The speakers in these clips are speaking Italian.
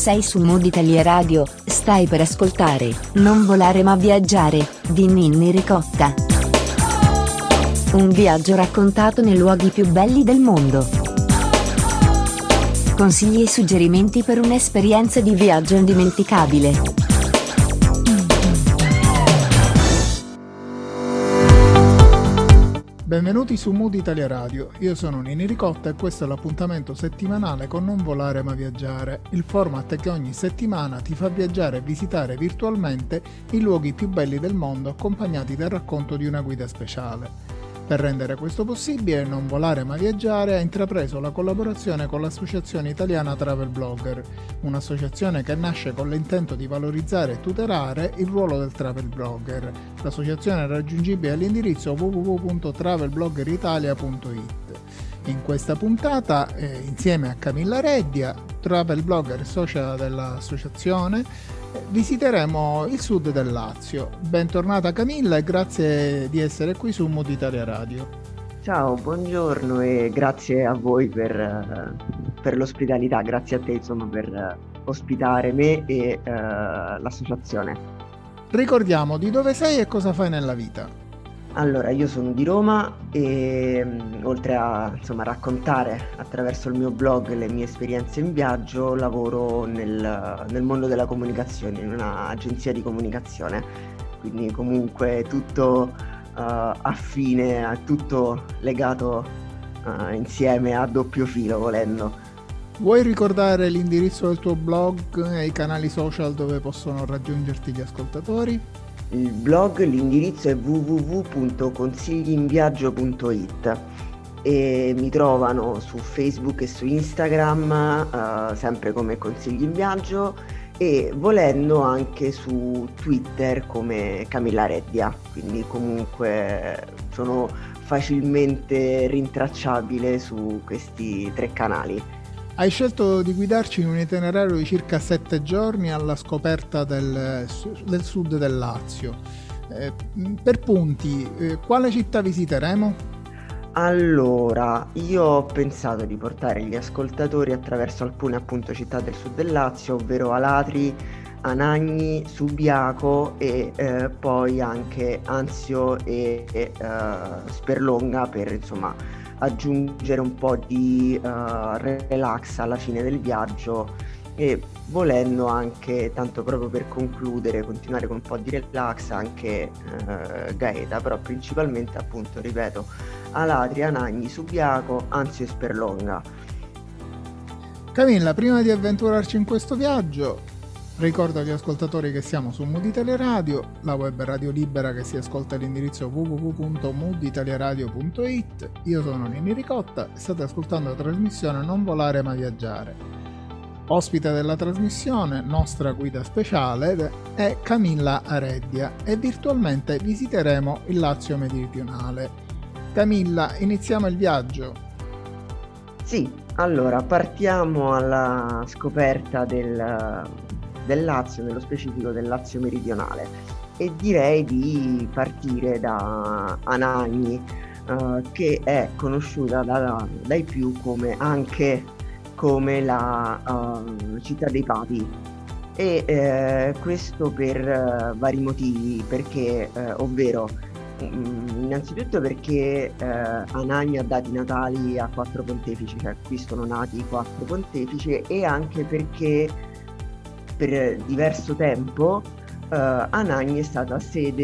Sei su Mood Italia Radio, stai per ascoltare Non volare ma viaggiare, di Ninni Ricotta. Un viaggio raccontato nei luoghi più belli del mondo. Consigli e suggerimenti per un'esperienza di viaggio indimenticabile. Benvenuti su Mood Italia Radio, io sono Ninni Ricotta e questo è l'appuntamento settimanale con Non volare ma viaggiare, il format che ogni settimana ti fa viaggiare e visitare virtualmente i luoghi più belli del mondo accompagnati dal racconto di una guida speciale. Per rendere questo possibile, Non volare ma viaggiare ha intrapreso la collaborazione con l'Associazione Italiana Travel Blogger, un'associazione che nasce con l'intento di valorizzare e tutelare il ruolo del travel blogger. L'associazione è raggiungibile all'indirizzo www.travelbloggeritalia.it. In questa puntata, insieme a Camilla Reddia, travel blogger e socia dell'associazione, visiteremo il sud del Lazio. Bentornata Camilla e grazie di essere qui su Mood Italia Radio. Ciao, buongiorno e grazie a voi per l'ospitalità, grazie a te insomma per ospitare me e l'associazione. Ricordiamo di dove sei e cosa fai nella vita. Allora, io sono di Roma e oltre a raccontare attraverso il mio blog le mie esperienze in viaggio, lavoro nel mondo della comunicazione, in un'agenzia di comunicazione, quindi comunque tutto affine, tutto legato insieme a doppio filo volendo. Vuoi ricordare l'indirizzo del tuo blog e i canali social dove possono raggiungerti gli ascoltatori? Il blog, l'indirizzo è www.consigliinviaggio.it e mi trovano su Facebook e su Instagram sempre come Consigli in Viaggio e volendo anche su Twitter come Camilla Reddia, quindi comunque sono facilmente rintracciabile su questi 3 canali. Hai scelto di guidarci in un itinerario di circa 7 giorni alla scoperta del sud del Lazio. Per punti, quale città visiteremo? Allora, io ho pensato di portare gli ascoltatori attraverso alcune appunto città del sud del Lazio, ovvero Alatri, Anagni, Subiaco e poi anche Anzio e Sperlonga per insomma aggiungere un po' di relax alla fine del viaggio e volendo anche, tanto proprio per concludere, continuare con un po' di relax anche Gaeta, però principalmente appunto, ripeto, Alatri, Anagni, Subiaco, Anzio e Sperlonga. Camilla, prima di avventurarci in questo viaggio, ricordo agli ascoltatori che siamo su Mood Italia Radio, la web radio libera che si ascolta all'indirizzo www.mooditaliaradio.it. Io sono Ninni Ricotta e state ascoltando la trasmissione Non volare ma viaggiare. Ospite della trasmissione, nostra guida speciale, è Camilla Reddia e virtualmente visiteremo il Lazio meridionale. Camilla, iniziamo il viaggio. Sì, allora partiamo alla scoperta del Lazio, nello specifico del Lazio meridionale, e direi di partire da Anagni, che è conosciuta dai più anche come la città dei papi, e questo per vari motivi, perché ovvero innanzitutto perché Anagni ha dati natali a 4 pontefici, cioè qui sono nati 4 pontefici, e anche perché per diverso tempo Anagni è stata sede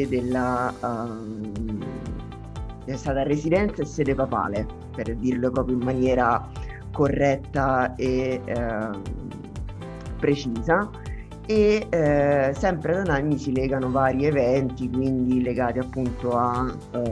è stata residenza e sede papale, per dirlo proprio in maniera corretta e precisa, e sempre ad Anagni si legano vari eventi, quindi legati appunto a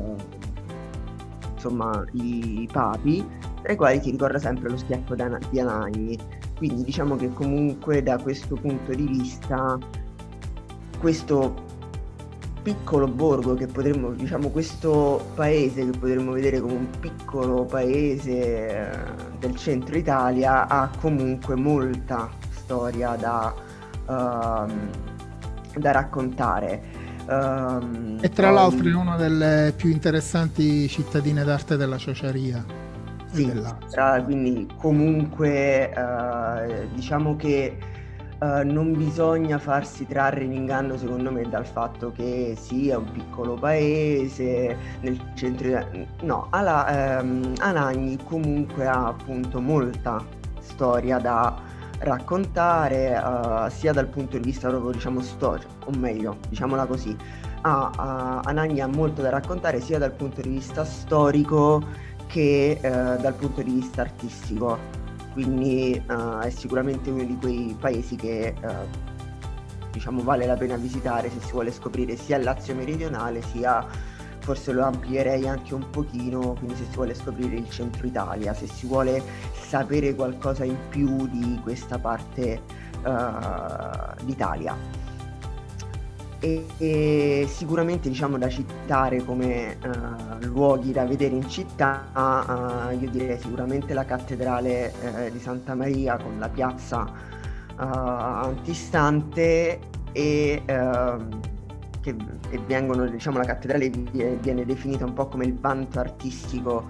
i papi, tra i quali si ricorda sempre lo schiaffo di Anagni. Quindi diciamo che comunque da questo punto di vista questo piccolo borgo che questo paese che potremmo vedere come un piccolo paese del centro Italia ha comunque molta storia da raccontare. E tra l'altro è una delle più interessanti cittadine d'arte della ciociaria. Sì, quindi comunque diciamo che non bisogna farsi trarre in inganno, secondo me, dal fatto che sia un piccolo paese nel centro. No, Anagni comunque ha appunto molta storia da raccontare, sia dal punto di vista proprio, diciamo, storico, o meglio, diciamola così. Anagni ha molto da raccontare sia dal punto di vista storico che dal punto di vista artistico. Quindi è sicuramente uno di quei paesi che diciamo vale la pena visitare se si vuole scoprire sia il Lazio meridionale, sia, forse lo amplierei anche un pochino, quindi se si vuole scoprire il centro Italia, se si vuole sapere qualcosa in più di questa parte d'Italia. E sicuramente, diciamo, da citare come luoghi da vedere in città, io direi sicuramente la cattedrale di Santa Maria con la piazza antistante e vengono, diciamo, la cattedrale viene definita un po' come il vanto artistico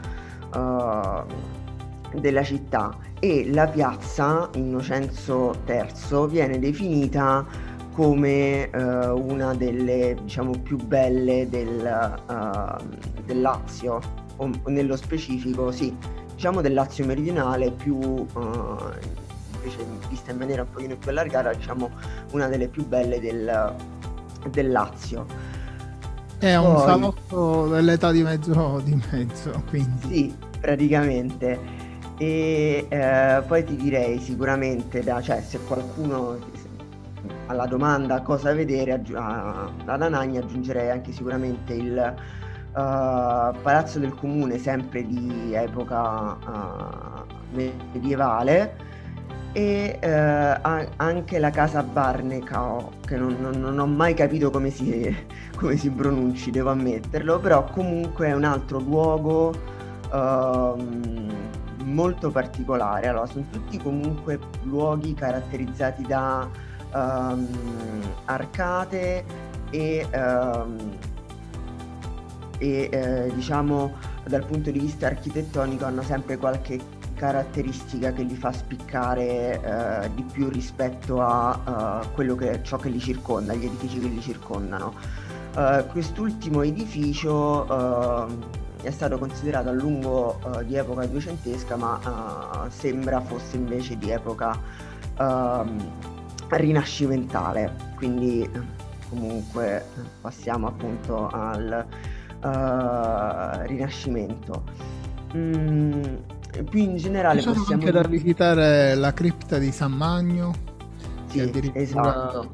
della città, e la piazza Innocenzo III viene definita come una delle, diciamo, più belle del Lazio, o nello specifico, sì, diciamo del Lazio meridionale, più invece vista in maniera un pochino più allargata, diciamo una delle più belle del Lazio. È un salotto dell'età di mezzo, quindi. Sì, praticamente. E poi ti direi sicuramente, cioè, se qualcuno alla domanda cosa vedere ad Anagni, aggiungerei anche sicuramente il Palazzo del Comune, sempre di epoca medievale, e anche la casa Barnecao, che non ho mai capito come si pronunci, devo ammetterlo, però comunque è un altro luogo molto particolare. Allora, sono tutti comunque luoghi caratterizzati da arcate e diciamo dal punto di vista architettonico hanno sempre qualche caratteristica che li fa spiccare di più rispetto a ciò che li circonda, gli edifici che li circondano. Quest'ultimo edificio è stato considerato a lungo di epoca duecentesca, ma sembra fosse invece di epoca rinascimentale, quindi comunque passiamo appunto al Rinascimento. Più in generale ci sono possiamo anche da visitare la cripta di San Magno, sì, che addirittura esatto.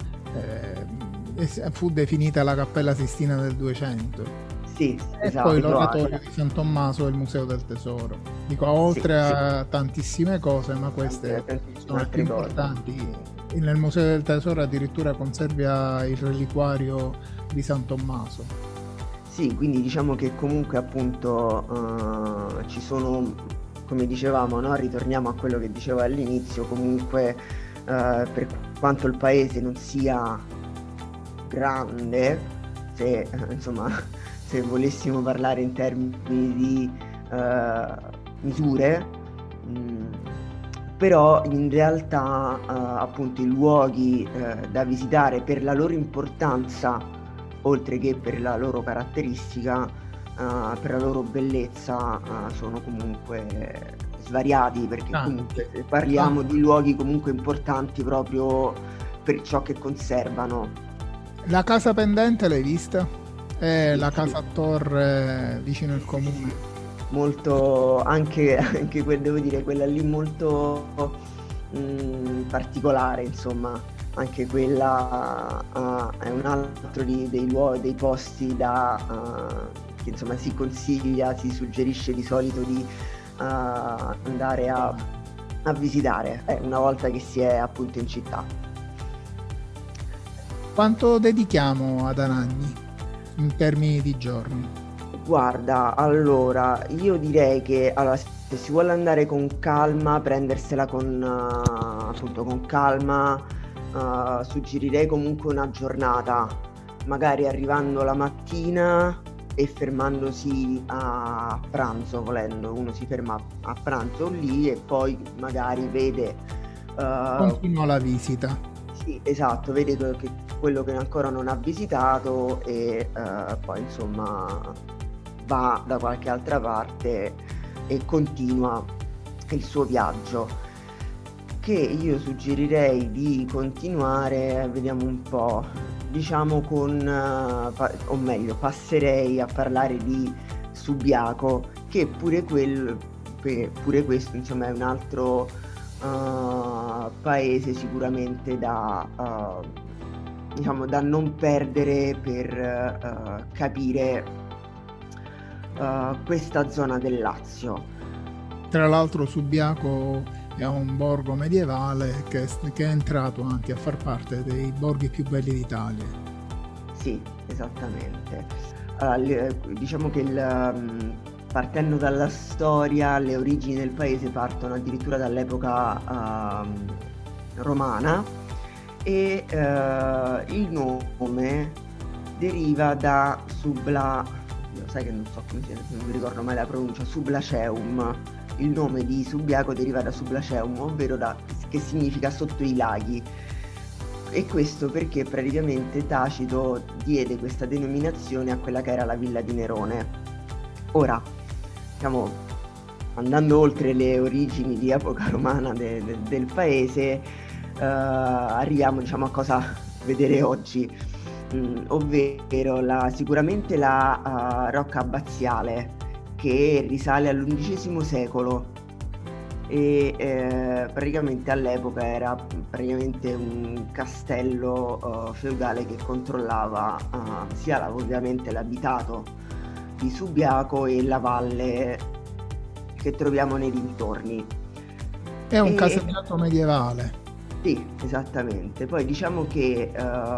Fu definita la Cappella Sistina del 200. Sì, e esatto, poi l'oratorio di San Tommaso e il Museo del Tesoro. Dico, oltre a tantissime cose, ma queste sono le più importanti. Nel Museo del Tesoro addirittura conserva il reliquario di San Tommaso. Sì, quindi diciamo che comunque appunto ci sono, come dicevamo, no? Ritorniamo a quello che dicevo all'inizio, comunque per quanto il paese non sia grande, se volessimo parlare in termini di misure, però in realtà appunto i luoghi da visitare per la loro importanza, oltre che per la loro caratteristica, per la loro bellezza, sono comunque svariati, perché comunque parliamo di luoghi comunque importanti proprio per ciò che conservano. La casa pendente l'hai vista? È la casa a torre vicino al comune. Molto, anche devo dire, quella lì molto particolare, insomma, anche quella è un altro dei posti che insomma si consiglia, si suggerisce di solito di andare a visitare una volta che si è appunto in città. Quanto dedichiamo ad Anagni in termini di giorni? Guarda, allora, io direi che se si vuole andare con calma, prendersela appunto con calma, suggerirei comunque una giornata, magari arrivando la mattina e fermandosi a pranzo, volendo. Uno si ferma a pranzo lì e poi magari vede... Continua la visita. Sì, esatto, vede che quello che ancora non ha visitato e poi insomma va da qualche altra parte e continua il suo viaggio, che io suggerirei di continuare, vediamo un po', diciamo o meglio, passerei a parlare di Subiaco, che pure questo insomma è un altro paese sicuramente diciamo, da non perdere per capire questa zona del Lazio. Tra l'altro Subiaco è un borgo medievale che è entrato anche a far parte dei borghi più belli d'Italia. Sì, esattamente. Diciamo che partendo dalla storia, le origini del paese partono addirittura dall'epoca romana e il nome deriva da sai che non so come non mi ricordo mai la pronuncia, Sublaceum. Il nome di Subiaco deriva da Sublaceum, ovvero che significa sotto i laghi. E questo perché praticamente Tacito diede questa denominazione a quella che era la villa di Nerone. Ora, diciamo, andando oltre le origini di epoca romana del paese, arriviamo, diciamo, a cosa vedere oggi, ovvero sicuramente la rocca abbaziale, che risale all'undicesimo secolo e praticamente all'epoca era praticamente un castello feudale che controllava sia ovviamente l'abitato di Subiaco e la valle che troviamo nei dintorni. È un casellato medievale. Sì, esattamente. Poi diciamo che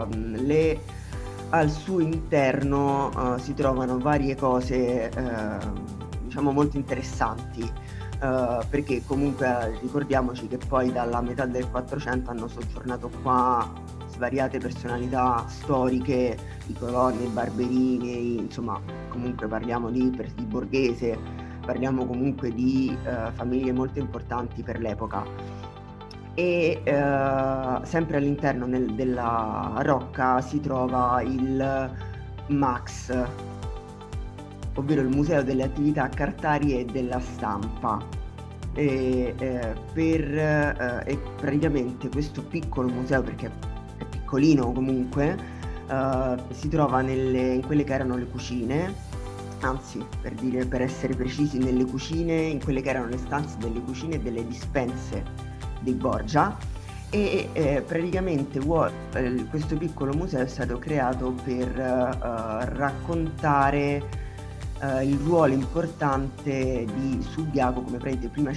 al suo interno si trovano varie cose diciamo molto interessanti, perché comunque ricordiamoci che poi dalla metà del 400 hanno soggiornato qua svariate personalità storiche, i Colonni, i Barberini, insomma comunque parliamo di borghese, parliamo comunque di famiglie molto importanti per l'epoca. E sempre all'interno della rocca si trova il MAX, ovvero il Museo delle Attività Cartarie e della Stampa. E praticamente questo piccolo museo, perché è piccolino comunque, si trova in quelle che erano le cucine, anzi per essere precisi nelle cucine, in quelle che erano le stanze delle cucine e delle dispense dei Borgia, e praticamente questo piccolo museo è stato creato per raccontare il ruolo importante di Subiaco come prima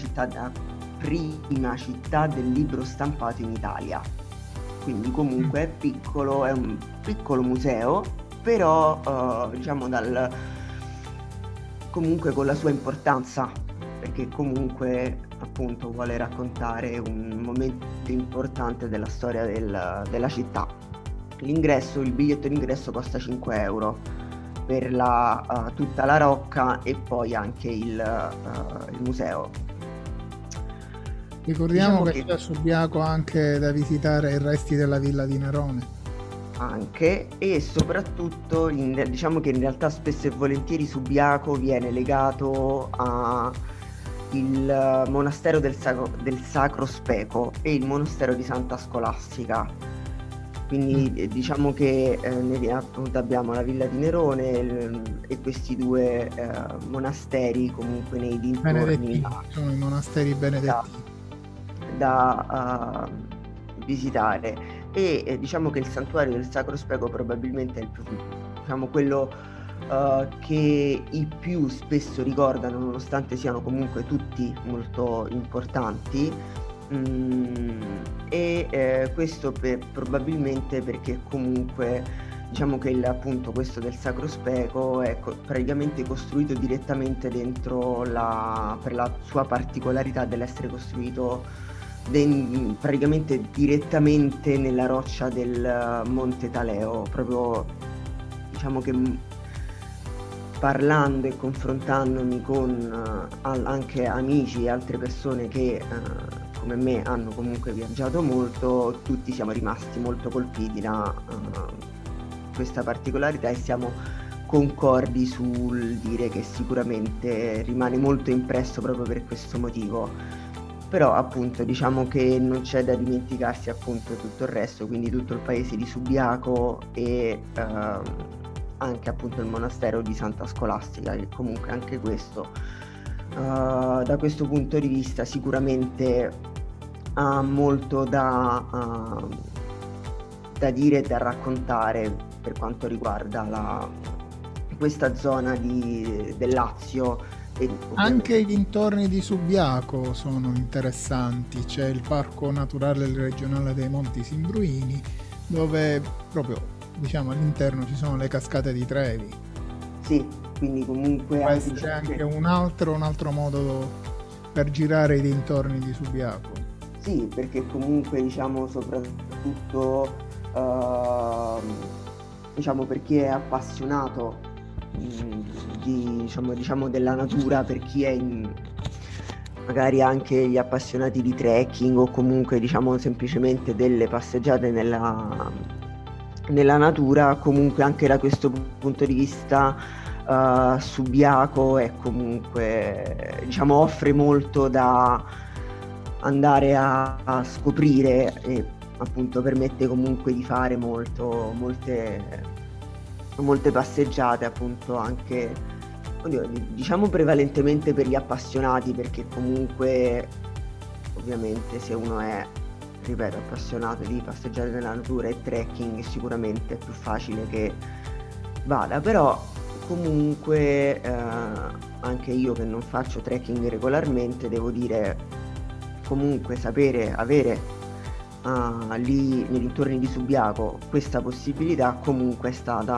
città del libro stampato in Italia. Quindi comunque è piccolo, è un piccolo museo, però diciamo comunque con la sua importanza, perché comunque appunto vuole raccontare un momento importante della storia della città. Il biglietto d'ingresso costa 5 euro per tutta la rocca e poi anche il museo. Ricordiamo che c'è a Subiaco anche da visitare i resti della villa di Nerone. Anche, e soprattutto diciamo che in realtà spesso e volentieri Subiaco viene legato a il monastero del Sacro Speco e il monastero di Santa Scolastica. Quindi diciamo che appunto abbiamo la villa di Nerone e questi due monasteri comunque nei dintorni. Sono i monasteri benedettini da visitare, e diciamo che il santuario del Sacro Speco probabilmente è il più, diciamo, quello che i più spesso ricordano, nonostante siano comunque tutti molto importanti, e questo probabilmente perché comunque diciamo che appunto questo del Sacro Speco è praticamente costruito direttamente dentro per la sua particolarità dell'essere costruito praticamente direttamente nella roccia del Monte Taleo, proprio diciamo che parlando e confrontandomi con anche amici e altre persone che come me hanno comunque viaggiato molto, tutti siamo rimasti molto colpiti da questa particolarità e siamo concordi sul dire che sicuramente rimane molto impresso proprio per questo motivo. Però appunto diciamo che non c'è da dimenticarsi appunto tutto il resto, quindi tutto il paese di Subiaco e anche appunto il monastero di Santa Scolastica, che comunque anche questo da questo punto di vista sicuramente ha molto da dire e da raccontare per quanto riguarda questa zona del Lazio. Anche i dintorni di Subiaco sono interessanti, c'è il Parco Naturale Regionale dei Monti Simbruini, dove proprio diciamo all'interno ci sono le cascate di Trevi. Sì, quindi comunque C'è anche un altro modo per girare i dintorni di Subiaco. Sì, perché comunque diciamo soprattutto diciamo per chi è appassionato diciamo della natura, per chi è magari anche gli appassionati di trekking o comunque diciamo semplicemente delle passeggiate nella natura, comunque anche da questo punto di vista Subiaco è comunque diciamo offre molto da andare a scoprire e appunto permette comunque di fare molte passeggiate appunto anche diciamo prevalentemente per gli appassionati, perché comunque ovviamente se uno è, ripeto, appassionato di passeggiare nella natura e trekking sicuramente è più facile che vada, però comunque anche io che non faccio trekking regolarmente devo dire comunque avere lì nei dintorni di Subiaco questa possibilità comunque è stata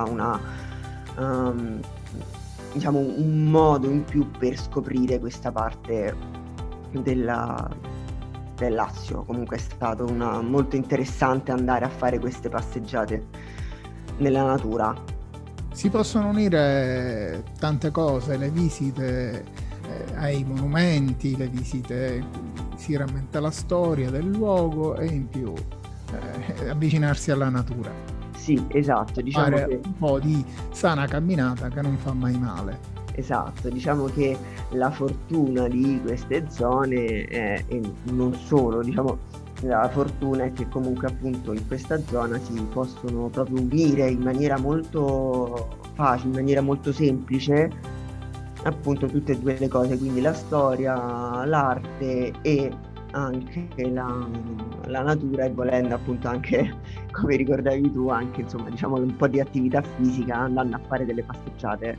diciamo un modo in più per scoprire questa parte del Lazio. Comunque è stato molto interessante andare a fare queste passeggiate nella natura. Si possono unire tante cose, le visite ai monumenti, le visite si rammenta la storia del luogo e in più avvicinarsi alla natura. Sì, esatto, diciamo fare un po' di sana camminata che non fa mai male. Esatto, diciamo che la fortuna di queste zone e non solo, diciamo la fortuna è che comunque appunto in questa zona si possono proprio unire in maniera molto facile, in maniera molto semplice appunto tutte e due le cose, quindi la storia, l'arte e anche la natura e volendo appunto anche, come ricordavi tu, anche insomma diciamo un po' di attività fisica andando a fare delle passeggiate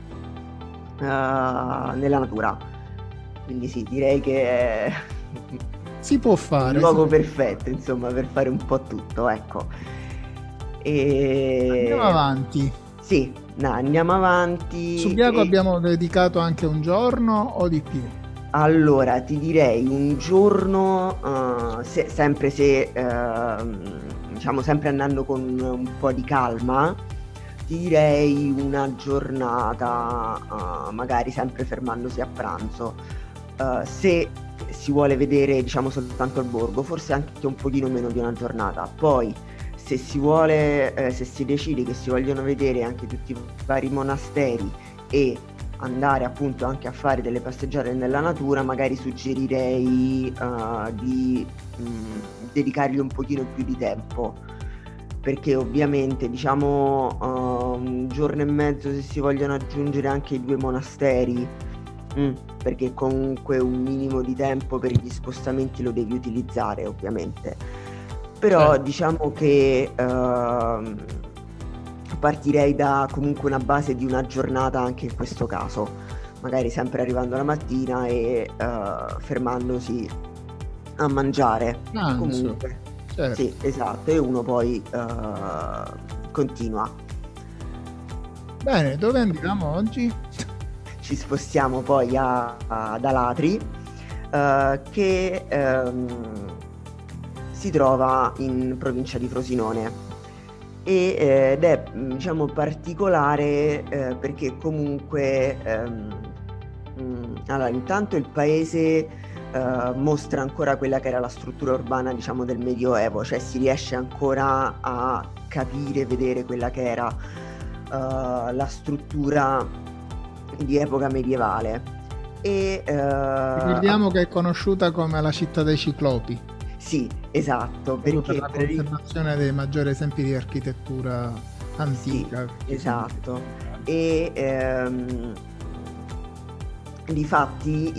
nella natura. Quindi sì, direi che si può fare il luogo perfetto insomma per fare un po' tutto, ecco. Andiamo avanti. Sì, andiamo avanti. Subiaco abbiamo dedicato anche un giorno o di più? Allora, ti direi un giorno, sempre diciamo sempre andando con un po' di calma, ti direi una giornata, magari sempre fermandosi a pranzo. Se si vuole vedere, diciamo, soltanto il borgo, forse anche un pochino meno di una giornata. Poi se si vuole, se si decide che si vogliono vedere anche tutti i vari monasteri e andare appunto anche a fare delle passeggiate nella natura, magari suggerirei di dedicargli un pochino più di tempo, perché ovviamente diciamo un giorno e mezzo se si vogliono aggiungere anche i 2 monasteri, perché comunque un minimo di tempo per gli spostamenti lo devi utilizzare ovviamente. Però diciamo che partirei da comunque una base di una giornata anche in questo caso, magari sempre arrivando la mattina e fermandosi a mangiare. Comunque certo. Sì, esatto, e uno poi continua. Bene, dove andiamo oggi? Ci spostiamo poi ad Alatri, che si trova in provincia di Frosinone ed è diciamo particolare perché comunque allora intanto il paese mostra ancora quella che era la struttura urbana, diciamo, del Medioevo, cioè si riesce ancora a capire, vedere quella che era la struttura di epoca medievale. E ricordiamo che è conosciuta come la città dei Ciclopi. Sì, esatto, per perché la conservazione dei maggiori esempi di architettura antica. Sì, esatto. E difatti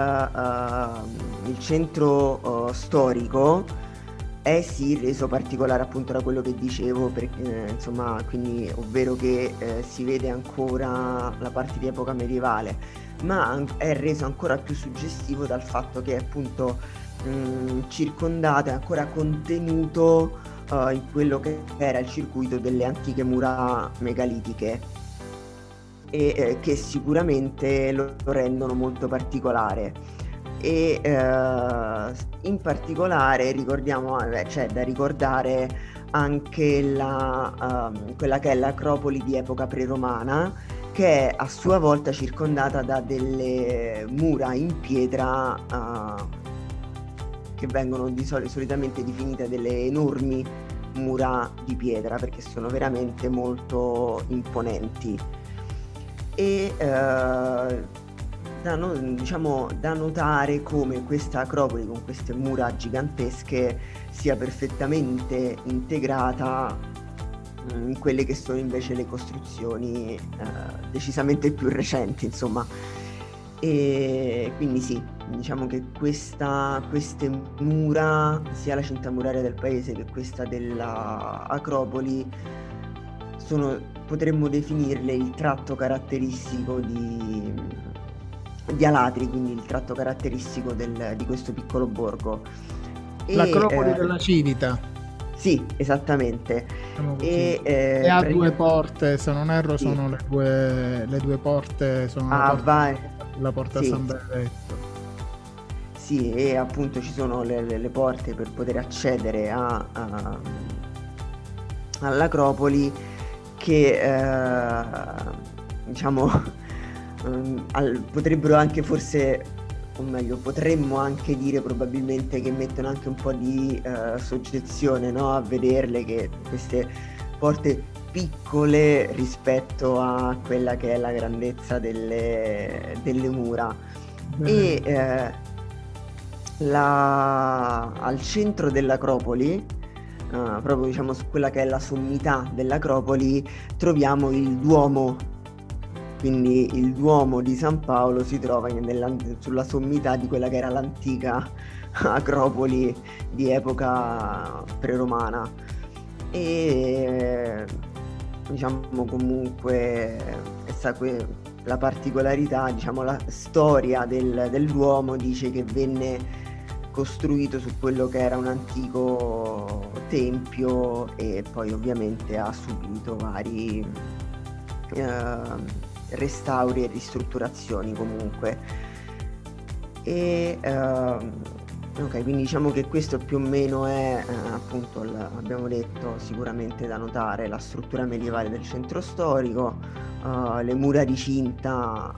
il centro storico è sì reso particolare appunto da quello che dicevo, perché insomma, quindi ovvero che si vede ancora la parte di epoca medievale, ma è reso ancora più suggestivo dal fatto che è appunto circondato, è ancora contenuto in quello che era il circuito delle antiche mura megalitiche, e che sicuramente lo rendono molto particolare. E in particolare ricordiamo, c'è da ricordare anche quella che è l'acropoli di epoca preromana, che è a sua volta circondata da delle mura in pietra che vengono solitamente definite delle enormi mura di pietra, perché sono veramente molto imponenti. E da notare come questa acropoli con queste mura gigantesche sia perfettamente integrata in quelle che sono invece le costruzioni decisamente più recenti, insomma. E quindi sì, diciamo che queste mura, sia la cinta muraria del paese che questa della Acropoli, potremmo definirle il tratto caratteristico di Alatri, quindi il tratto caratteristico di questo piccolo borgo. L'Acropoli della Civita. Sì, esattamente. E ha due porte, se non erro, sì. Sono le due porte, sono la porta San Benedetto. Sì, e appunto ci sono le porte per poter accedere all'Acropoli, che diciamo potrebbero anche forse, o meglio potremmo anche dire probabilmente che mettono anche un po' di soggezione, no? A vederle, che queste porte piccole rispetto a quella che è la grandezza delle mura. E al centro dell'Acropoli, proprio diciamo su quella che è la sommità dell'Acropoli, troviamo il Duomo. Quindi il Duomo di San Paolo si trova sulla sommità di quella che era l'antica Acropoli di epoca preromana. E diciamo comunque la particolarità, diciamo la storia del Duomo dice che venne costruito su quello che era un antico tempio, e poi ovviamente ha subito vari restauri e ristrutturazioni comunque. E ok, quindi diciamo che questo più o meno è appunto abbiamo detto, sicuramente da notare la struttura medievale del centro storico, le mura di cinta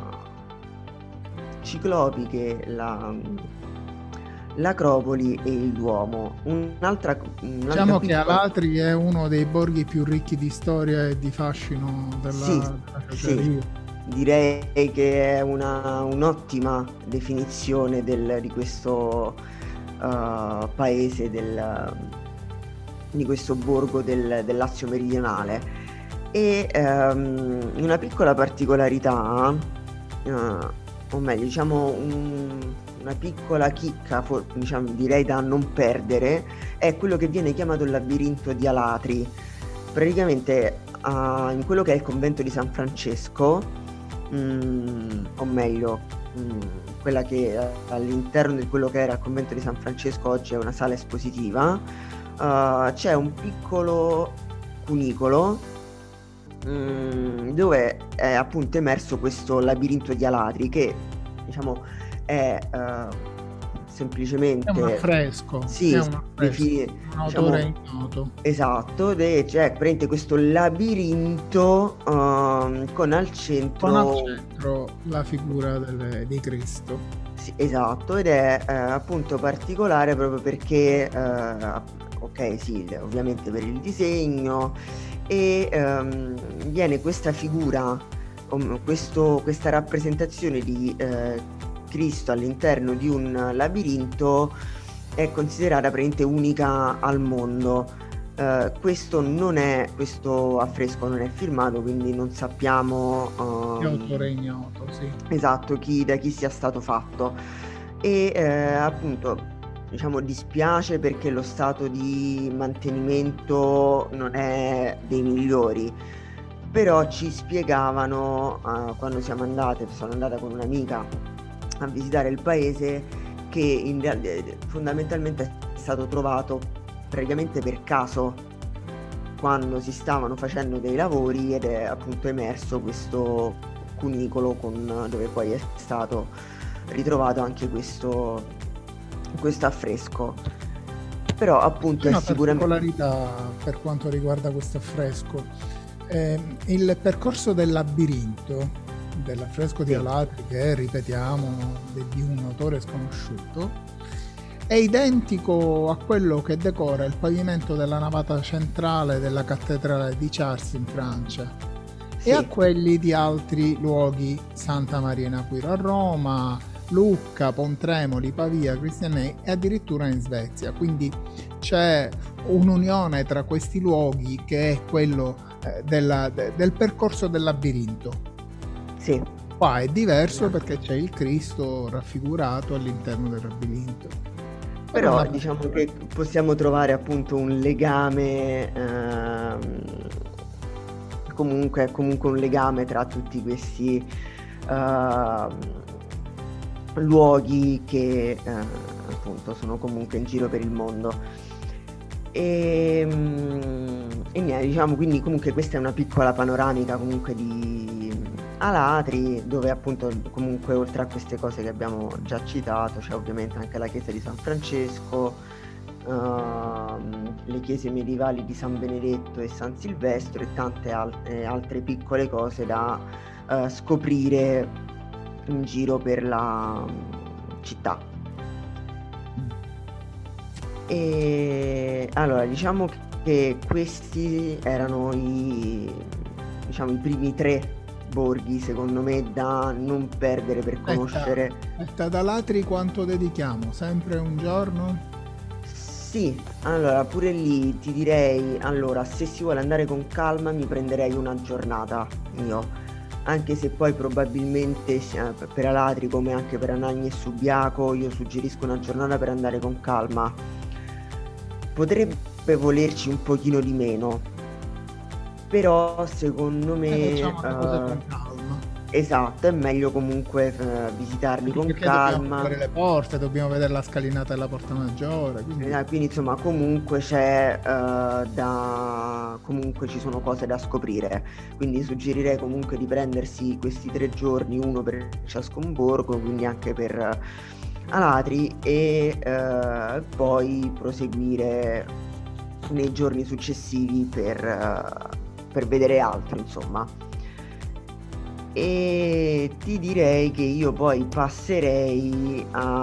ciclopiche, l'Acropoli e il Duomo. Diciamo che Alatri è uno dei borghi più ricchi di storia e di fascino della sì, direi che è un'ottima definizione di questo paese, di questo borgo del Lazio meridionale. E una piccola particolarità, o meglio diciamo una piccola chicca, diciamo, direi da non perdere, è quello che viene chiamato il labirinto di Alatri. Praticamente in quello che è il convento di San Francesco, o meglio quella che all'interno di quello che era il convento di San Francesco oggi è una sala espositiva, c'è un piccolo cunicolo dove è appunto emerso questo labirinto di Alatri, che diciamo è semplicemente è un affresco, sì, è un autore ignoto. Esatto, c'è praticamente questo labirinto con al centro la figura di Cristo. Sì, esatto, ed è appunto particolare proprio perché, ok, sì, ovviamente per il disegno, e viene questa figura, questa rappresentazione di Cristo all'interno di un labirinto è considerata praticamente unica al mondo. Questo affresco non è firmato, quindi non sappiamo È autore ignoto, sì. esatto da chi sia stato fatto. E appunto, diciamo, dispiace perché lo stato di mantenimento non è dei migliori, però ci spiegavano quando sono andata con un'amica a visitare il paese, che fondamentalmente è stato trovato praticamente per caso quando si stavano facendo dei lavori, ed è appunto emerso questo cunicolo dove poi è stato ritrovato anche questo affresco. Però appunto C'è è una sicuramente... particolarità per quanto riguarda questo affresco. Il percorso del labirinto dell'affresco di Sì. Alatri, che ripetiamo di un autore sconosciuto, è identico a quello che decora il pavimento della navata centrale della cattedrale di Chartres in Francia Sì. e a quelli di altri luoghi, Santa Maria in Aquiro a Roma, Lucca, Pontremoli, Pavia, Cristianei e addirittura in Svezia. Quindi c'è un'unione tra questi luoghi che è quello del percorso del labirinto. Sì. Qua è diverso perché c'è il Cristo raffigurato all'interno del labirinto. Però diciamo che possiamo trovare appunto un legame, comunque un legame tra tutti questi luoghi che appunto sono comunque in giro per il mondo. E niente, diciamo, quindi comunque questa è una piccola panoramica comunque di Alatri, dove appunto comunque oltre a queste cose che abbiamo già citato c'è ovviamente anche la chiesa di San Francesco, le chiese medievali di San Benedetto e San Silvestro e tante altre piccole cose da scoprire in giro per la città. E allora diciamo che questi erano i primi 3 borghi secondo me da non perdere per conoscere. Ad Alatri quanto dedichiamo? Sempre un giorno? Sì, allora pure lì ti direi, allora se si vuole andare con calma mi prenderei una giornata io, anche se poi probabilmente per Alatri come anche per Anagni e Subiaco io suggerisco una giornata per andare con calma. Potrebbe volerci un pochino di meno, però secondo me facciamo le cose con calma. esatto, è meglio comunque visitarli con calma. Dobbiamo vedere le porte, dobbiamo vedere la scalinata della Porta Maggiore. Quindi insomma comunque c'è comunque ci sono cose da scoprire. Quindi suggerirei comunque di prendersi questi 3 giorni, uno per ciascun borgo, quindi anche per Alatri, e poi proseguire nei giorni successivi per vedere altro, insomma. E ti direi che io poi passerei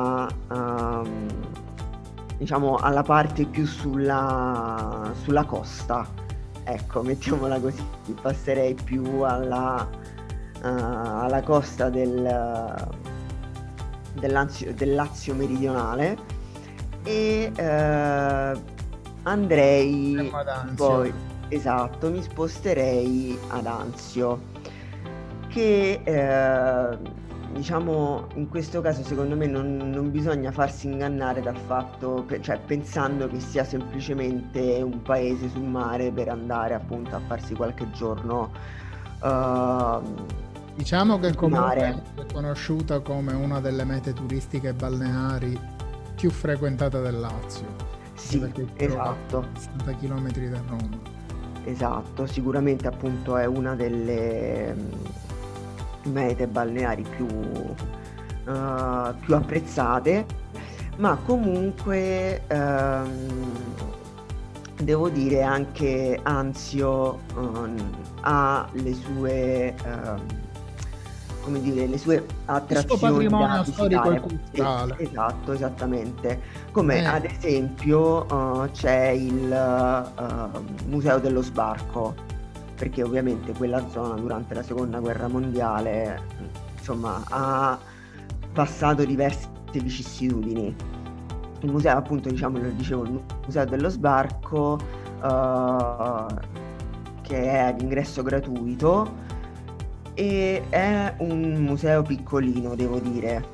diciamo alla parte più sulla costa, ecco, mettiamola così, passerei più alla costa del Lazio meridionale, e andrei poi, esatto, mi sposterei ad Anzio, che diciamo in questo caso secondo me non bisogna farsi ingannare dal fatto, cioè pensando che sia semplicemente un paese sul mare per andare appunto a farsi qualche giorno. Diciamo che comunque è conosciuta come una delle mete turistiche balneari più frequentate del Lazio. Sì, esatto. 60 km da Roma. Esatto, sicuramente appunto è una delle mete balneari più apprezzate, ma comunque devo dire anche Anzio ha le sue come dire, le sue Il suo attrazioni da patrimonio storico e visitare. culturale. Esatto, esattamente. Come Eh, ad esempio c'è il Museo dello Sbarco, perché ovviamente quella zona durante la Seconda Guerra Mondiale, insomma, ha passato diverse vicissitudini. Il museo, appunto, diciamo, lo dicevo, il Museo dello Sbarco, che è ad ingresso gratuito e è un museo piccolino, devo dire.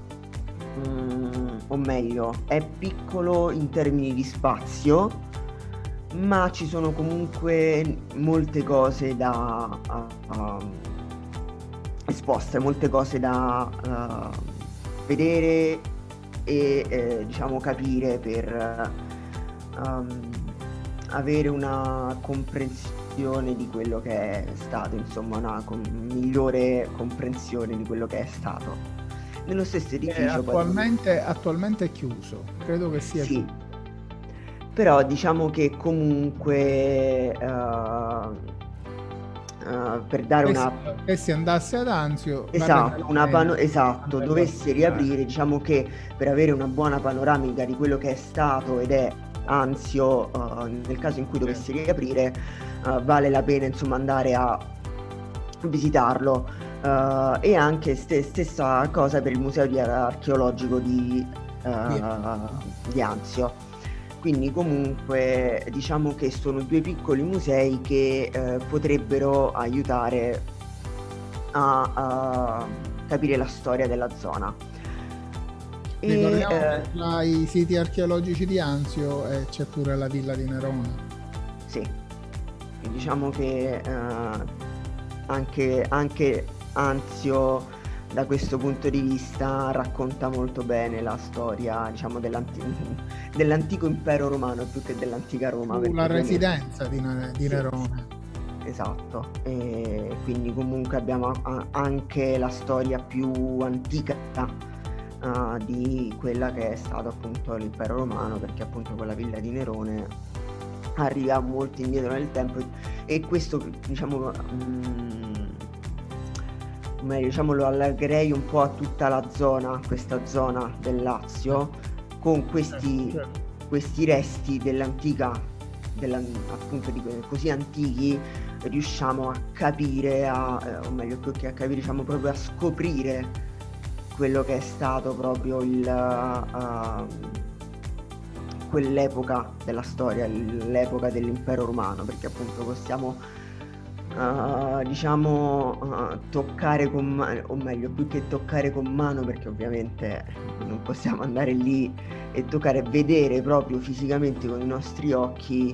O meglio, è piccolo in termini di spazio, ma ci sono comunque molte cose da esposte, molte cose da vedere e diciamo capire per avere una comprensione di quello che è stato, insomma, una migliore comprensione di quello che è stato. Nello stesso edificio poi attualmente è chiuso, credo che sia sì, chiuso. però diciamo che comunque per dare una Che si andasse ad Anzio, esatto, esatto, andarlo a dovesse visitare. riaprire, diciamo che per avere una buona panoramica di quello che è stato ed è Anzio, nel caso in cui dovesse riaprire, vale la pena insomma andare a visitarlo. E anche stessa cosa per il museo archeologico di Anzio. Quindi comunque diciamo che sono due piccoli musei che potrebbero aiutare a capire la storia della zona. Ricordiamo che tra i siti archeologici di Anzio c'è pure la villa di Nerone. Sì, diciamo che anche Anzio da questo punto di vista racconta molto bene la storia, diciamo, dell'antico impero romano più che dell'antica Roma. La residenza di Nerone. Esatto, e quindi comunque abbiamo anche la storia più antica di quella che è stato appunto l'impero romano, perché appunto con la villa di Nerone arriva molto indietro nel tempo e questo diciamo meglio, lo allargherei un po' a tutta la zona, questa zona del Lazio, con questi resti appunto così antichi, riusciamo a capire, o meglio più che a capire, diciamo proprio a scoprire quello che è stato proprio quell'epoca della storia, l'epoca dell'impero romano, perché appunto possiamo toccare con mano, o meglio più che toccare con mano, perché ovviamente non possiamo andare lì e toccare, vedere proprio fisicamente con i nostri occhi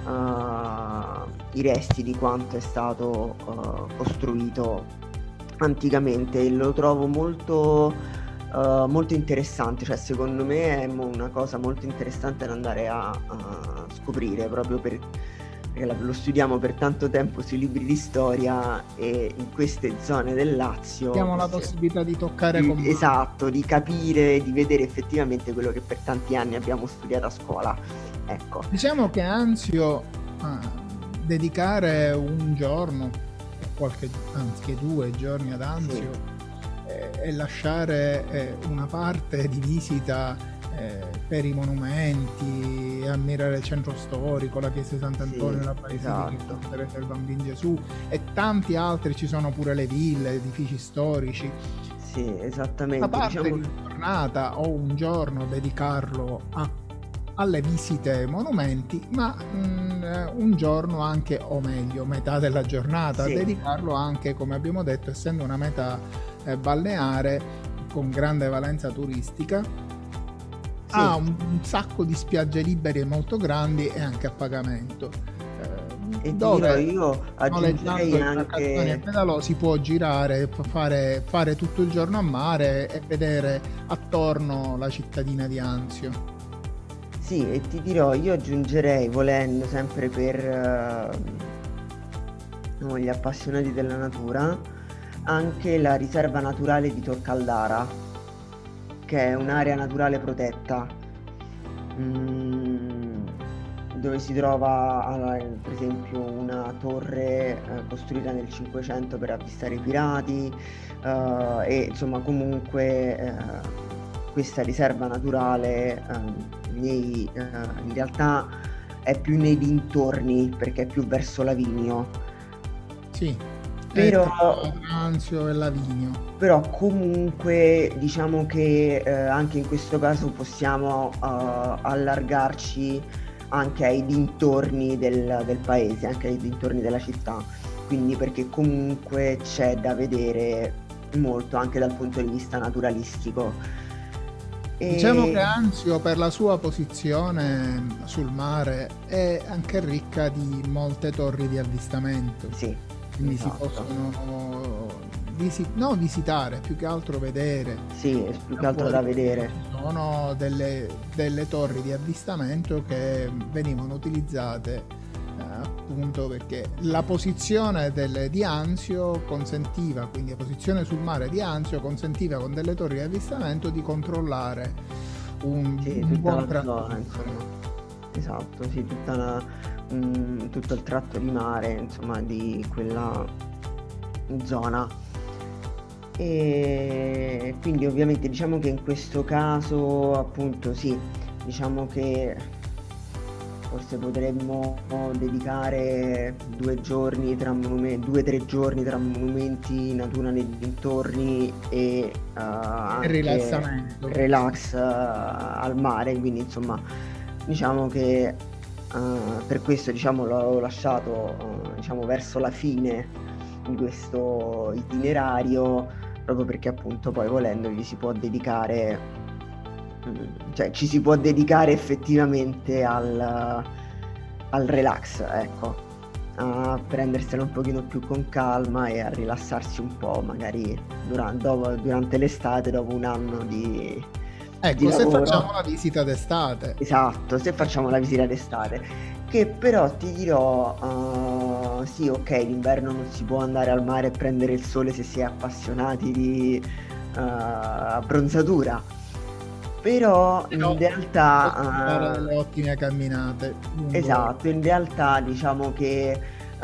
i resti di quanto è stato costruito anticamente, e lo trovo molto interessante, cioè secondo me è una cosa molto interessante da andare a scoprire, proprio perché lo studiamo per tanto tempo sui libri di storia e in queste zone del Lazio abbiamo la possibilità di toccare con mano. Esatto, di capire, di vedere effettivamente quello che per tanti anni abbiamo studiato a scuola. Ecco. Diciamo che Anzio dedicare un giorno, anche 2 giorni ad Anzio, e lasciare una parte di visita per i monumenti, ammirare il centro storico, la chiesa di Sant'Antonio, la Basilica, Teresa del Bambino Gesù e tanti altri, ci sono pure le ville, edifici storici. Sì, esattamente. A parte di giornata o un giorno dedicarlo alle visite ai monumenti, ma un giorno anche, o meglio metà della giornata, dedicarlo anche, come abbiamo detto, essendo una meta balneare con grande valenza turistica, ha un sacco di spiagge libere molto grandi e anche a pagamento, e dove io aggiungerei anche il pedalò si può girare, fare tutto il giorno a mare e vedere attorno la cittadina di Anzio. Sì, e ti dirò, io aggiungerei, volendo, sempre per gli appassionati della natura, anche la riserva naturale di Tor Caldara, che è un'area naturale protetta, dove si trova per esempio una torre costruita nel 500 per avvistare i pirati, e insomma comunque questa riserva naturale in realtà è più nei dintorni, perché è più verso Lavinio. Sì, Però Anzio e Lavinio. Però comunque diciamo che anche in questo caso possiamo allargarci anche ai dintorni del paese, anche ai dintorni della città, quindi perché comunque c'è da vedere molto anche dal punto di vista naturalistico. Diciamo che Anzio, per la sua posizione sul mare, è anche ricca di molte torri di avvistamento. Sì, quindi esatto. Si possono visitare, più che altro vedere. Sì, è più che altro da vedere. Ci sono delle torri di avvistamento che venivano utilizzate appunto perché la posizione di Anzio consentiva, quindi la posizione sul mare di Anzio consentiva con delle torri di avvistamento di controllare un buon zona, insomma. Esatto, sì, tutto il tratto di mare, insomma, di quella zona. E quindi ovviamente diciamo che in questo caso appunto sì, diciamo che forse potremmo dedicare 2 o 3 giorni tra monumenti, natura nei dintorni e anche rilassamento, relax al mare, quindi insomma diciamo che per questo diciamo l'ho lasciato diciamo verso la fine di questo itinerario, proprio perché appunto poi volendo ci si può dedicare effettivamente al relax, ecco, a prendersela un pochino più con calma e a rilassarsi un po', magari durante l'estate, dopo un anno di lavoro. Facciamo la visita d'estate. Esatto, se facciamo la visita d'estate, che però ti dirò, sì, ok, d'inverno non si può andare al mare e prendere il sole se si è appassionati di abbronzatura, però in realtà fare delle ottime camminate. Esatto, in realtà diciamo che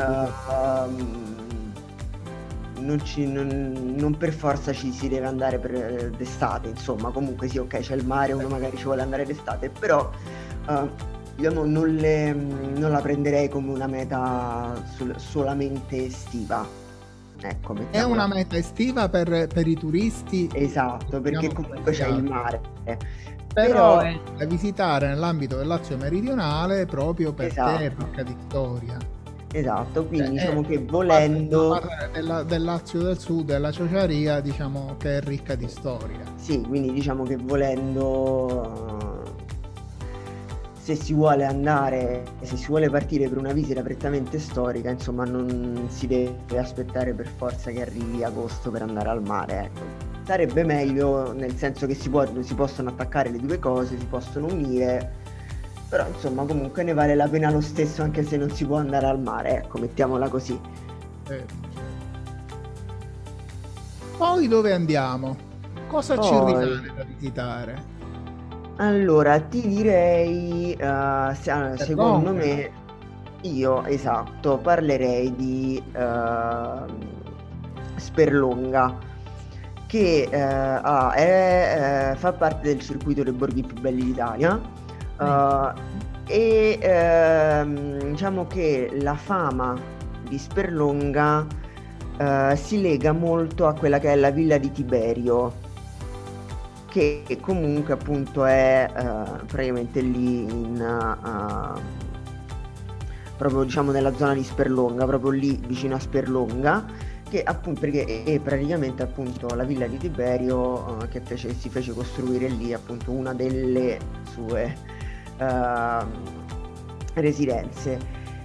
non per forza ci si deve andare per d'estate, insomma, comunque sì, ok, c'è il mare, uno magari ci vuole andare d'estate, però diciamo non la prenderei come una meta solamente estiva. Ecco, è una meta estiva per i turisti. Esatto, perché comunque c'è il mare. Però è da visitare nell'ambito del Lazio meridionale proprio perché è ricca di storia. Esatto, quindi diciamo che volendo del Lazio del Sud, della Ciociaria, diciamo che è ricca di storia. Sì, quindi diciamo che volendo, se si vuole partire per una visita prettamente storica, insomma non si deve aspettare per forza che arrivi agosto per andare al mare, ecco. Sarebbe meglio, nel senso che si possono attaccare le due cose, si possono unire, però insomma comunque ne vale la pena lo stesso anche se non si può andare al mare, ecco, mettiamola così. Poi dove andiamo? Cosa ci rimane da visitare? Allora, ti direi, secondo me, io parlerei di Sperlonga, che fa parte del circuito dei borghi più belli d'Italia, e diciamo che la fama di Sperlonga si lega molto a quella che è la villa di Tiberio, che comunque appunto è praticamente lì proprio diciamo nella zona di Sperlonga, proprio lì vicino a Sperlonga, che appunto perché è praticamente appunto la villa di Tiberio che si fece costruire lì appunto una delle sue residenze,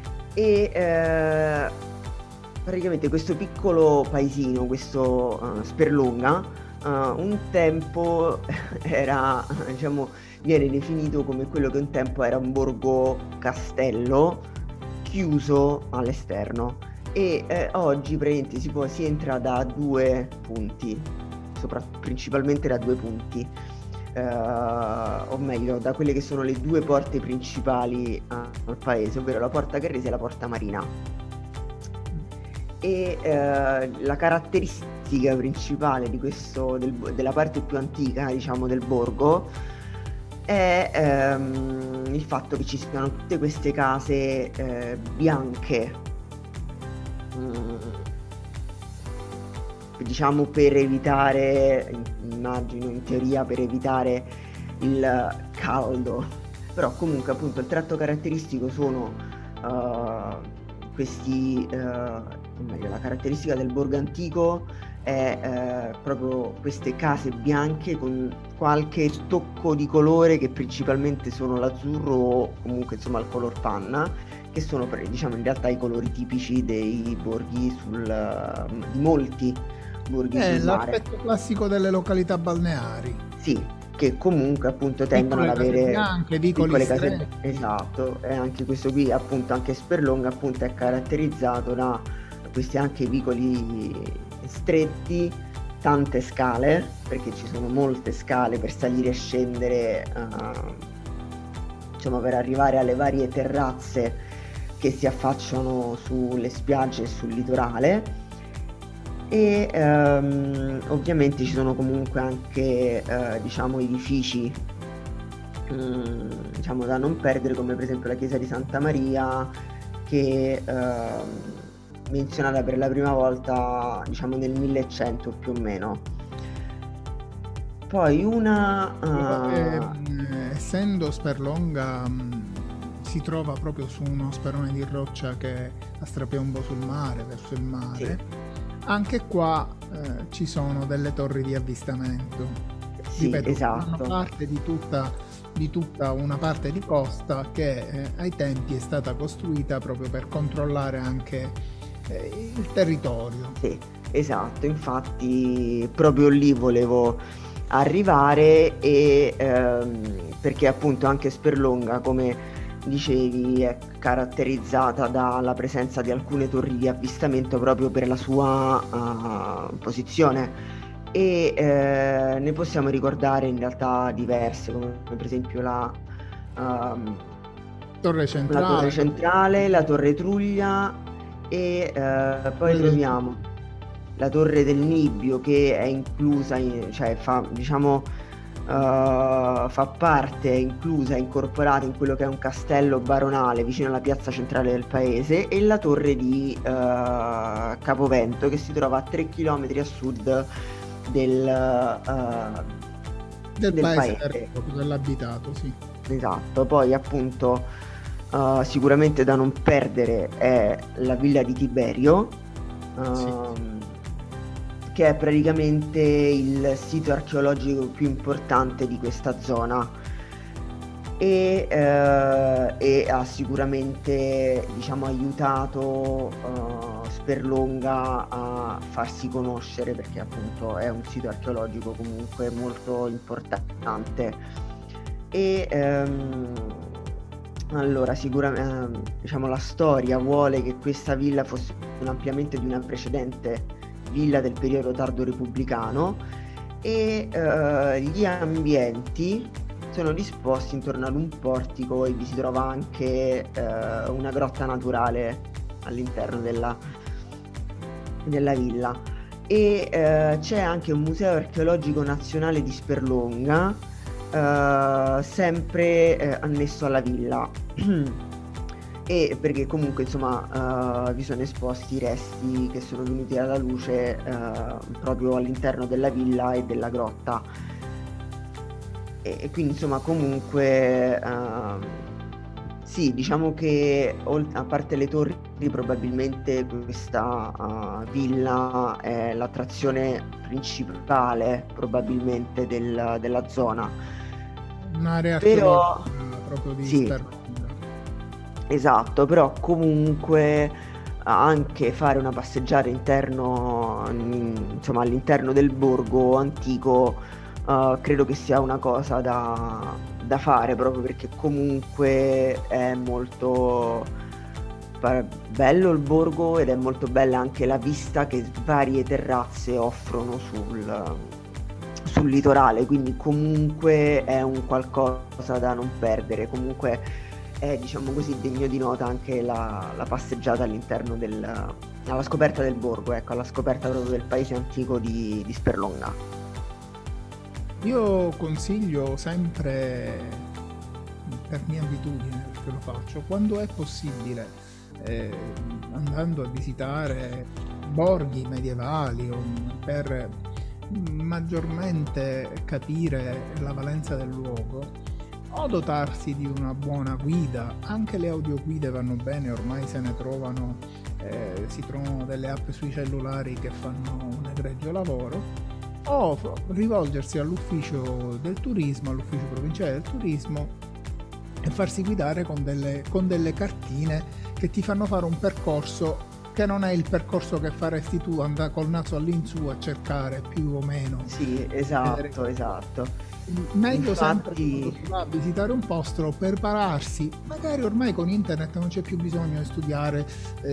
e praticamente questo piccolo paesino, questo Sperlonga, un tempo era, diciamo, viene definito come quello che un tempo era un borgo castello chiuso all'esterno, e oggi praticamente si entra da 2 punti, principalmente da 2 punti. o meglio da quelle che sono le due porte principali al paese, ovvero la Porta Carrese e la Porta Marina. E la caratteristica principale di questo della parte più antica, diciamo, del borgo è il fatto che ci siano tutte queste case bianche, diciamo per evitare, immagino in teoria per evitare il caldo, però comunque appunto il tratto caratteristico sono questi, o meglio, la caratteristica del borgo antico è proprio queste case bianche con qualche tocco di colore che principalmente sono l'azzurro o comunque insomma il color panna, che sono diciamo in realtà i colori tipici dei borghi di molti borghi sul mare. L'aspetto classico delle località balneari. Sì, che comunque appunto tendono ad avere bianche, piccole case. Esatto, e anche questo qui appunto, anche Sperlonga appunto è caratterizzato da questi anche vicoli stretti, tante scale, perché ci sono molte scale per salire e scendere, insomma per arrivare alle varie terrazze che si affacciano sulle spiagge e sul litorale. E ovviamente ci sono comunque anche diciamo edifici diciamo da non perdere, come per esempio la chiesa di Santa Maria, che menzionata per la prima volta diciamo nel 1100 più o meno. Poi essendo Sperlonga si trova proprio su uno sperone di roccia che a strapiombo sul mare, verso il mare, sì. Anche qua ci sono delle torri di avvistamento. Sì, ripeto, esatto. Fanno parte di tutta una parte di costa che ai tempi è stata costruita proprio per controllare anche il territorio. Sì, esatto, infatti proprio lì volevo arrivare, e perché appunto anche Sperlonga, come dicevi, è caratterizzata dalla presenza di alcune torri di avvistamento proprio per la sua posizione, e ne possiamo ricordare in realtà diverse, come per esempio la Torre Centrale, la Torre Truglia, e poi troviamo la Torre del Nibbio, che è inclusa cioè fa parte, è inclusa, è incorporata in quello che è un castello baronale vicino alla piazza centrale del paese, e la torre di Capovento, che si trova a 3 km a sud del paese. Dell'abitato, sì. Esatto. Poi appunto sicuramente da non perdere è la villa di Tiberio, Sì. che è praticamente il sito archeologico più importante di questa zona, e ha sicuramente diciamo aiutato Sperlonga a farsi conoscere, perché appunto è un sito archeologico comunque molto importante. E allora sicuramente diciamo la storia vuole che questa villa fosse un ampliamento di una precedente villa del periodo tardo repubblicano, e gli ambienti sono disposti intorno ad un portico, e vi si trova anche una grotta naturale all'interno della villa, e c'è anche un museo archeologico nazionale di Sperlonga sempre annesso alla villa e perché comunque insomma vi sono esposti i resti che sono venuti alla luce proprio all'interno della villa e della grotta, e quindi insomma comunque sì, diciamo che a parte le torri probabilmente questa villa è l'attrazione principale probabilmente della zona, un'area però proprio di sì, Sperlonga. esatto, però comunque anche fare una passeggiata insomma all'interno del borgo antico credo che sia una cosa da fare, proprio perché comunque è molto bello il borgo, ed è molto bella anche la vista che varie terrazze offrono sul sul litorale, quindi comunque è un qualcosa da non perdere. Comunque è, diciamo così, degno di nota anche la passeggiata all'interno alla scoperta del borgo, ecco, alla scoperta proprio del paese antico di Sperlonga. Io consiglio sempre, per mia abitudine, perché lo faccio, quando è possibile, andando a visitare borghi medievali per maggiormente capire la valenza del luogo, o dotarsi di una buona guida. Anche le audioguide vanno bene, ormai se ne trovano, si trovano delle app sui cellulari che fanno un egregio lavoro, o rivolgersi all'ufficio del turismo, all'ufficio provinciale del turismo, e farsi guidare con delle cartine che ti fanno fare un percorso che non è il percorso che faresti tu, andare col naso all'insù a cercare più o meno. Sì, esatto. Meglio sempre Infatti, quando si va a visitare un posto prepararsi, magari ormai con internet non c'è più bisogno di studiare,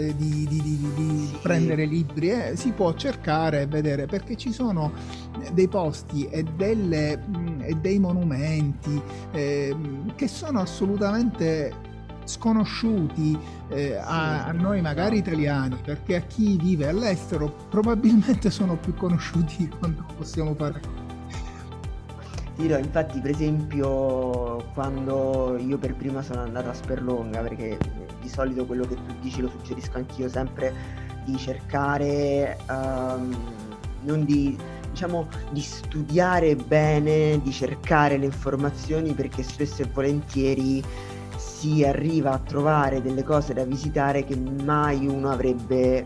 di sì, prendere libri, si può cercare e vedere, perché ci sono dei posti e dei monumenti che sono assolutamente sconosciuti a noi magari italiani, perché a chi vive all'estero probabilmente sono più conosciuti di quanto possiamo fare. infatti, per esempio, quando io per prima sono andato a Sperlonga, perché di solito quello che tu dici lo suggerisco anch'io sempre, di cercare, non di, diciamo, di studiare bene, di cercare le informazioni, perché spesso e volentieri si arriva a trovare delle cose da visitare che mai uno avrebbe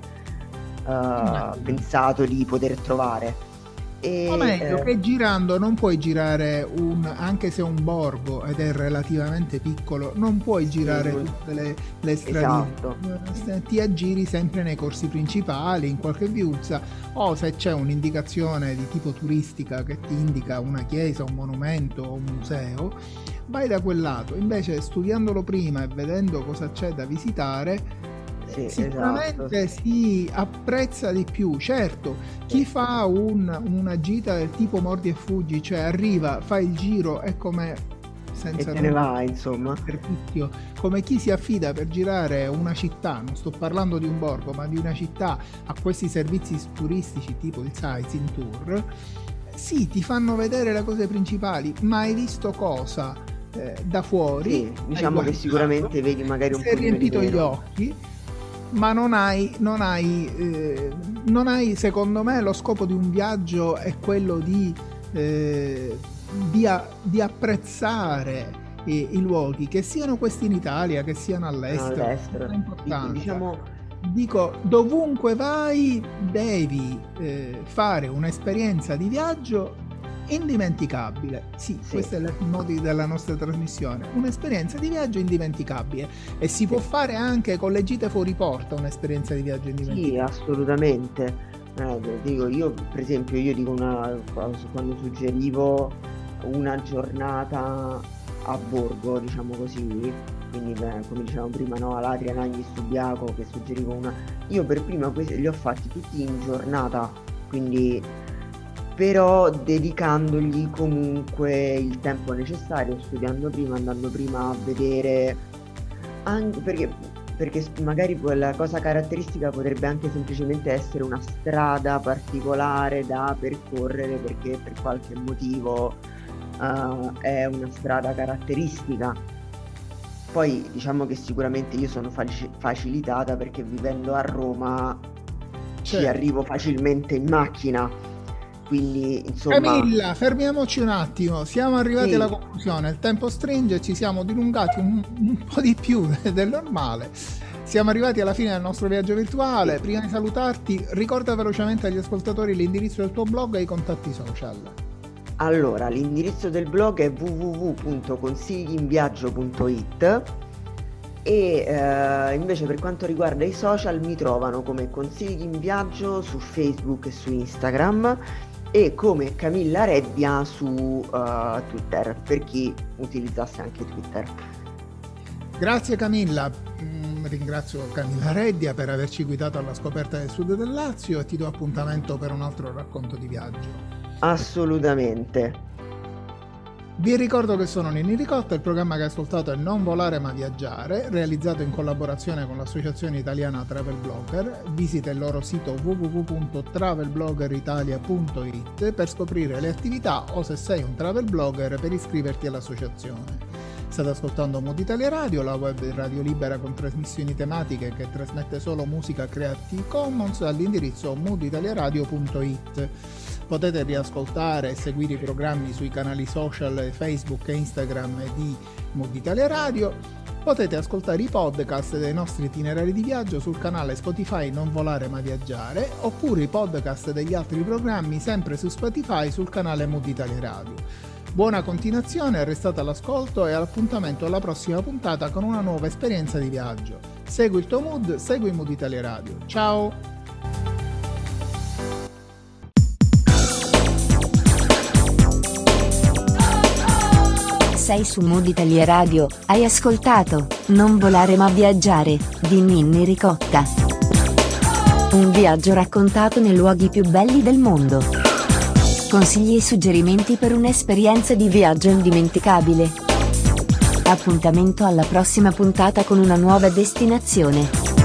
pensato di poter trovare. O meglio, che girando non puoi girare anche se è un borgo ed è relativamente piccolo, non puoi girare tutte le stradine. Esatto. Ti aggiri sempre nei corsi principali, in qualche viuzza, o se c'è un'indicazione di tipo turistica che ti indica una chiesa, un monumento o un museo, vai da quel lato. Invece, studiandolo prima e vedendo cosa c'è da visitare, sicuramente Esatto. si apprezza di più. Certo, chi fa una gita del tipo mordi e fuggi, cioè arriva, fa il giro e come senza e te ne va, insomma. servizio, come chi si affida per girare una città, non sto parlando di un borgo ma di una città, a questi servizi turistici tipo il sightseeing tour, sì, ti fanno vedere le cose principali, ma hai visto cosa da fuori? Sì, diciamo che sicuramente vedi magari un si è po' di riempito gli meno. occhi, ma non hai, secondo me, lo scopo di un viaggio è quello di apprezzare i luoghi, che siano questi in Italia, che siano all'estero. All'estero. Non ha importanza. Diciamo, Dico, dovunque vai devi fare un'esperienza di viaggio indimenticabile. Sì, questo è il modo della nostra trasmissione. Un'esperienza di viaggio indimenticabile. E si può fare anche con le gite fuori porta un'esperienza di viaggio indimenticabile. sì, assolutamente. Dico, io per esempio, dico quando suggerivo una giornata a borgo, diciamo così, quindi come dicevamo prima, no, Alatria, Nagni, Subiaco, che suggerivo io per prima questi li ho fatti tutti in giornata, quindi però dedicandogli comunque il tempo necessario, studiando prima, andando prima a vedere, anche perché magari quella cosa caratteristica potrebbe anche semplicemente essere una strada particolare da percorrere, perché per qualche motivo è una strada caratteristica. Poi diciamo che sicuramente io sono facilitata, perché vivendo a Roma ci arrivo facilmente in macchina, quindi insomma. Camilla, fermiamoci un attimo, siamo arrivati alla conclusione, il tempo stringe, ci siamo dilungati un po' di più del normale, siamo arrivati alla fine del nostro viaggio virtuale. Prima di salutarti, ricorda velocemente agli ascoltatori l'indirizzo del tuo blog e i contatti social. Allora, l'indirizzo del blog è www.consigliinviaggio.it e invece per quanto riguarda i social mi trovano come Consigli in Viaggio su Facebook e su Instagram, e come Camilla Rebbia su Twitter, per chi utilizzasse anche Twitter. Grazie Camilla, ringrazio Camilla Reddia per averci guidato alla scoperta del sud del Lazio e ti do appuntamento per un altro racconto di viaggio. Assolutamente. Vi ricordo che sono Ninni Ricotta, il programma che hai ascoltato è Non Volare Ma Viaggiare, realizzato in collaborazione con l'Associazione Italiana Travel Blogger. Visita il loro sito www.travelbloggeritalia.it per scoprire le attività o, se sei un travel blogger, per iscriverti all'associazione. State ascoltando Mood Italia Radio, la web radio libera con trasmissioni tematiche che trasmette solo musica Creative Commons all'indirizzo mooditaliaradio.it. Potete riascoltare e seguire i programmi sui canali social Facebook e Instagram di Mood Italia Radio. Potete ascoltare i podcast dei nostri itinerari di viaggio sul canale Spotify Non Volare Ma Viaggiare, oppure i podcast degli altri programmi sempre su Spotify sul canale Mood Italia Radio. Buona continuazione, restate all'ascolto e all'appuntamento alla prossima puntata con una nuova esperienza di viaggio. Segui il tuo mood, segui Mood Italia Radio. Ciao! Sei su Mood Italia Radio, hai ascoltato Non volare ma viaggiare di Ninni Ricotta. Un viaggio raccontato nei luoghi più belli del mondo. Consigli e suggerimenti per un'esperienza di viaggio indimenticabile. Appuntamento alla prossima puntata con una nuova destinazione.